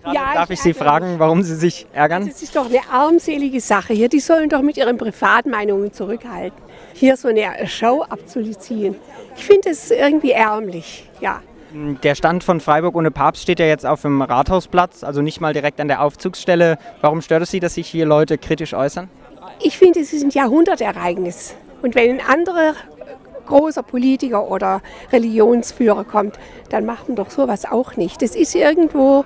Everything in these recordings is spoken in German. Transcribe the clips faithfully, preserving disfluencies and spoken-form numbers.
Ja, darf ich Sie fragen, warum Sie sich ärgern? Das ist doch eine armselige Sache hier. Die sollen doch mit ihren Privatmeinungen zurückhalten. Hier so eine Show abzuziehen. Ich finde es irgendwie ärmlich, ja. Der Stand von Freiburg ohne Papst steht ja jetzt auf dem Rathausplatz, also nicht mal direkt an der Aufzugsstelle. Warum stört es Sie, dass sich hier Leute kritisch äußern? Ich finde, es ist ein Jahrhundertereignis. Und wenn ein anderer großer Politiker oder Religionsführer kommt, dann macht man doch sowas auch nicht. Das ist irgendwo,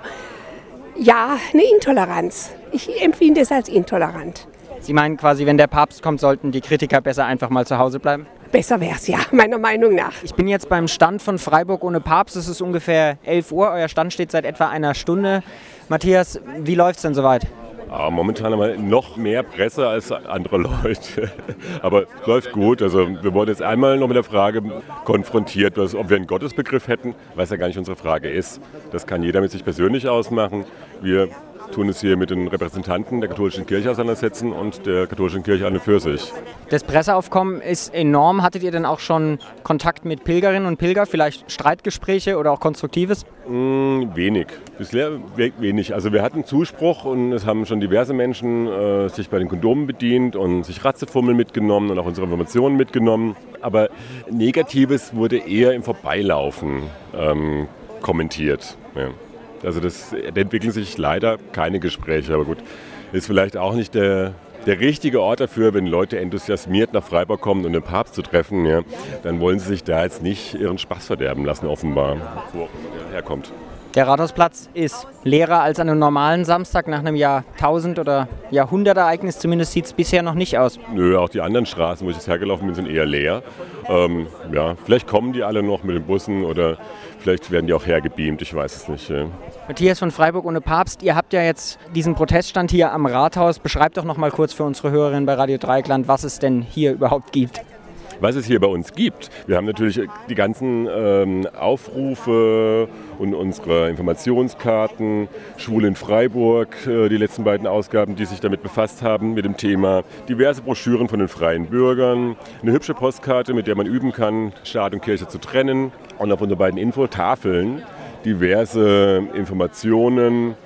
ja, eine Intoleranz. Ich empfinde es als intolerant. Sie meinen quasi, wenn der Papst kommt, sollten die Kritiker besser einfach mal zu Hause bleiben? Besser wäre es ja, meiner Meinung nach. Ich bin jetzt beim Stand von Freiburg ohne Papst. Es ist ungefähr elf Uhr. Euer Stand steht seit etwa einer Stunde. Matthias, wie läuft es denn soweit? Ja, momentan haben wir noch mehr Presse als andere Leute. Aber es läuft gut. Also wir wurden jetzt einmal noch mit der Frage konfrontiert, was, ob wir einen Gottesbegriff hätten, was ja gar nicht unsere Frage ist. Das kann jeder mit sich persönlich ausmachen. Wir tun es hier mit den Repräsentanten der katholischen Kirche auseinandersetzen und der katholischen Kirche an und für sich. Das Presseaufkommen ist enorm. Hattet ihr denn auch schon Kontakt mit Pilgerinnen und Pilgern, vielleicht Streitgespräche oder auch Konstruktives? Mm, wenig, bisher wenig. Also wir hatten Zuspruch und es haben schon diverse Menschen äh, sich bei den Kondomen bedient und sich Ratzefummel mitgenommen und auch unsere Informationen mitgenommen. Aber Negatives wurde eher im Vorbeilaufen ähm, kommentiert. Ja. Also das, da entwickeln sich leider keine Gespräche, aber gut, ist vielleicht auch nicht der, der richtige Ort dafür, wenn Leute enthusiasmiert nach Freiburg kommen, um den Papst zu treffen, ja, dann wollen sie sich da jetzt nicht ihren Spaß verderben lassen, offenbar, wo er herkommt. Der Rathausplatz ist leerer als an einem normalen Samstag nach einem Jahrtausend- oder Jahrhundertereignis. Zumindest sieht es bisher noch nicht aus. Nö, auch die anderen Straßen, wo ich jetzt hergelaufen bin, sind eher leer. Ähm, ja, vielleicht kommen die alle noch mit den Bussen oder vielleicht werden die auch hergebeamt, ich weiß es nicht. Ja. Matthias von Freiburg ohne Papst, ihr habt ja jetzt diesen Proteststand hier am Rathaus. Beschreibt doch noch mal kurz für unsere Hörerinnen bei Radio Dreieckland, was es denn hier überhaupt gibt. Was es hier bei uns gibt. Wir haben natürlich die ganzen ähm, Aufrufe und unsere Informationskarten, Schwul in Freiburg, äh, die letzten beiden Ausgaben, die sich damit befasst haben, mit dem Thema, diverse Broschüren von den freien Bürgern, eine hübsche Postkarte, mit der man üben kann, Staat und Kirche zu trennen und auf unseren beiden Infotafeln diverse Informationen,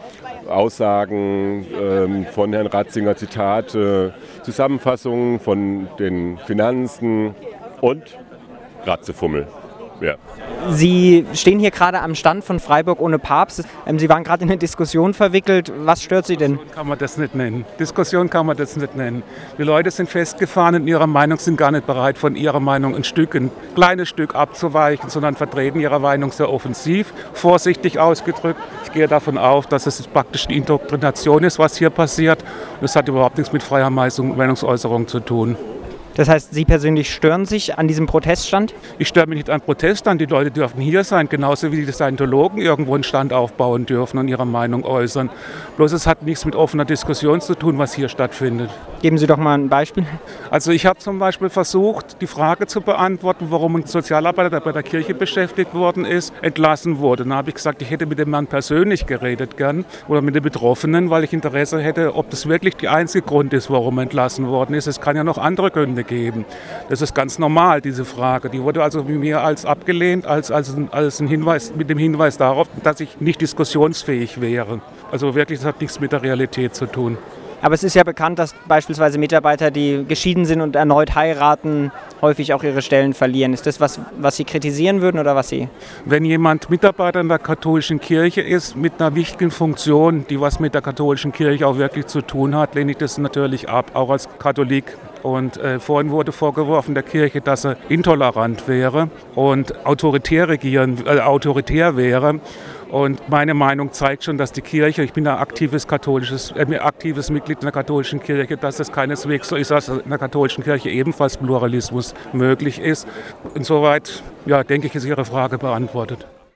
Aussagen ähm, von Herrn Ratzinger, Zitate, Zusammenfassungen von den Finanzen und Ratzefummel. Ja. Sie stehen hier gerade am Stand von Freiburg ohne Papst. Sie waren gerade in eine Diskussion verwickelt. Was stört Sie denn? Diskussion kann man das nicht nennen. Diskussion kann man das nicht nennen. Die Leute sind festgefahren in ihrer Meinung, sind gar nicht bereit, von ihrer Meinung ein Stück, ein kleines Stück abzuweichen, sondern vertreten ihre Meinung sehr offensiv, vorsichtig ausgedrückt. Ich gehe davon aus, dass es praktisch eine Indoktrination ist, was hier passiert. Und das hat überhaupt nichts mit freier Meinungsäußerung zu tun. Das heißt, Sie persönlich stören sich an diesem Proteststand? Ich störe mich nicht an Proteststand. Die Leute dürfen hier sein, genauso wie die Scientologen irgendwo einen Stand aufbauen dürfen und ihre Meinung äußern. Bloß es hat nichts mit offener Diskussion zu tun, was hier stattfindet. Geben Sie doch mal ein Beispiel. Also ich habe zum Beispiel versucht, die Frage zu beantworten, warum ein Sozialarbeiter, der bei der Kirche beschäftigt worden ist, entlassen wurde. Dann habe ich gesagt, ich hätte mit dem Mann persönlich geredet gern oder mit den Betroffenen, weil ich Interesse hätte, ob das wirklich der einzige Grund ist, warum er entlassen worden ist. Es kann ja noch andere Gründe geben. Das ist ganz normal, diese Frage. Die wurde also mir als abgelehnt, als, als, als ein Hinweis, mit dem Hinweis darauf, dass ich nicht diskussionsfähig wäre. Also wirklich, das hat nichts mit der Realität zu tun. Aber es ist ja bekannt, dass beispielsweise Mitarbeiter, die geschieden sind und erneut heiraten, häufig auch ihre Stellen verlieren. Ist das was, was Sie kritisieren würden oder was Sie? Wenn jemand Mitarbeiter in der katholischen Kirche ist, mit einer wichtigen Funktion, die was mit der katholischen Kirche auch wirklich zu tun hat, lehne ich das natürlich ab, auch als Katholik. Und äh, vorhin wurde vorgeworfen der Kirche, dass sie intolerant wäre und autoritär regieren, äh, autoritär wäre. Und meine Meinung zeigt schon, dass die Kirche, ich bin ein aktives, katholisches, äh, aktives Mitglied in der katholischen Kirche, dass es keineswegs so ist, dass in der katholischen Kirche ebenfalls Pluralismus möglich ist. Insoweit, ja, denke ich, ist Ihre Frage beantwortet.